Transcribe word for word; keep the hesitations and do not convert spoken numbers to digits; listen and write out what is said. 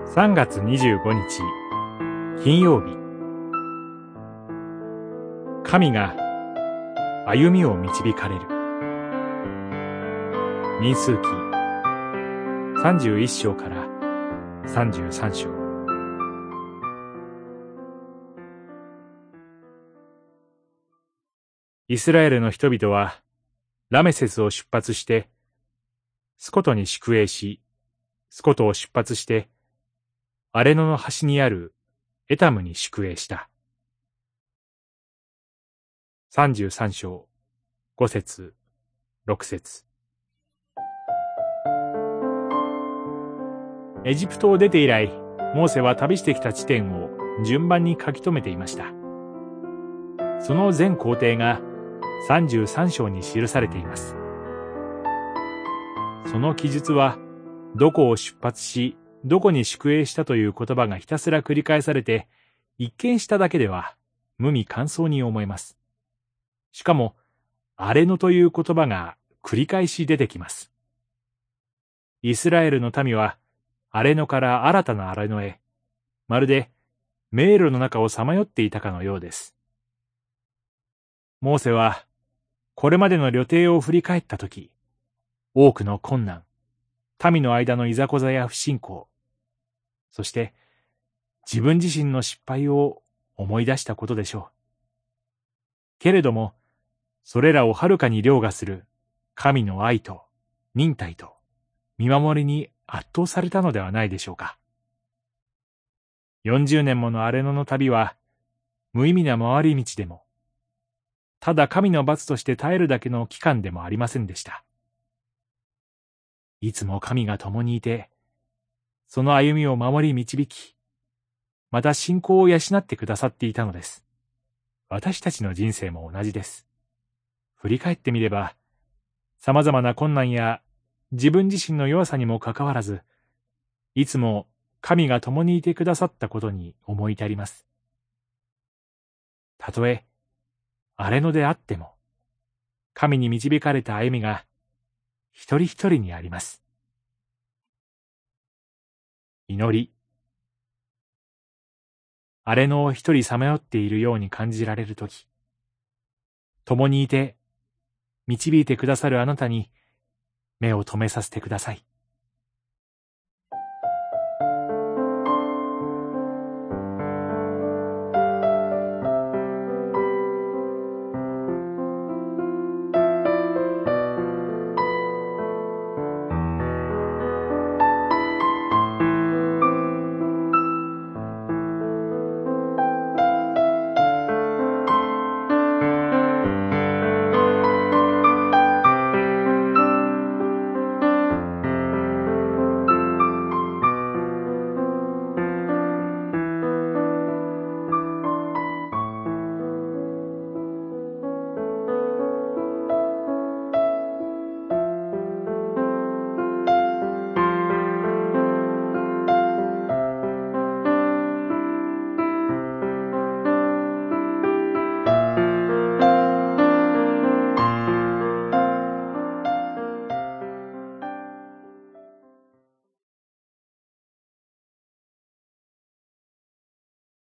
さんがつにじゅうごにち金曜日。神が歩みを導かれる。民数記さんじゅういっしょうからさんじゅうさんしょう。イスラエルの人々はラメセスを出発してスコトに宿営し、スコトを出発してアレノの端にあるエタムに宿営した。さんじゅうさんしょうごせつろくせつ。エジプトを出て以来、モーセは旅してきた地点を順番に書き留めていました。その全行程がさんじゅうさんしょうに記されています。その記述は、どこを出発し、どこに宿営したという言葉がひたすら繰り返されて、一見しただけでは無味乾燥に思えます。しかも、アレノという言葉が繰り返し出てきます。イスラエルの民は、アレノから新たなアレノへ、まるで迷路の中をさまよっていたかのようです。モーセは、これまでの旅程を振り返ったとき、多くの困難、民の間のいざこざや不信仰、そして自分自身の失敗を思い出したことでしょう。けれども、それらをはるかに凌駕する神の愛と忍耐と見守りに圧倒されたのではないでしょうか。よんじゅうねんものアレノの旅は、無意味な回り道でも、ただ神の罰として耐えるだけの期間でもありませんでした。いつも神が共にいて、その歩みを守り導き、また信仰を養ってくださっていたのです。私たちの人生も同じです。振り返ってみれば、様々な困難や自分自身の弱さにもかかわらず、いつも神が共にいてくださったことに思い至ります。たとえ、アレノであっても、神に導かれた歩みが一人一人にあります。祈り。アレノを一人さまよっているように感じられるとき、共にいて、導いてくださるあなたに目を留めさせてください。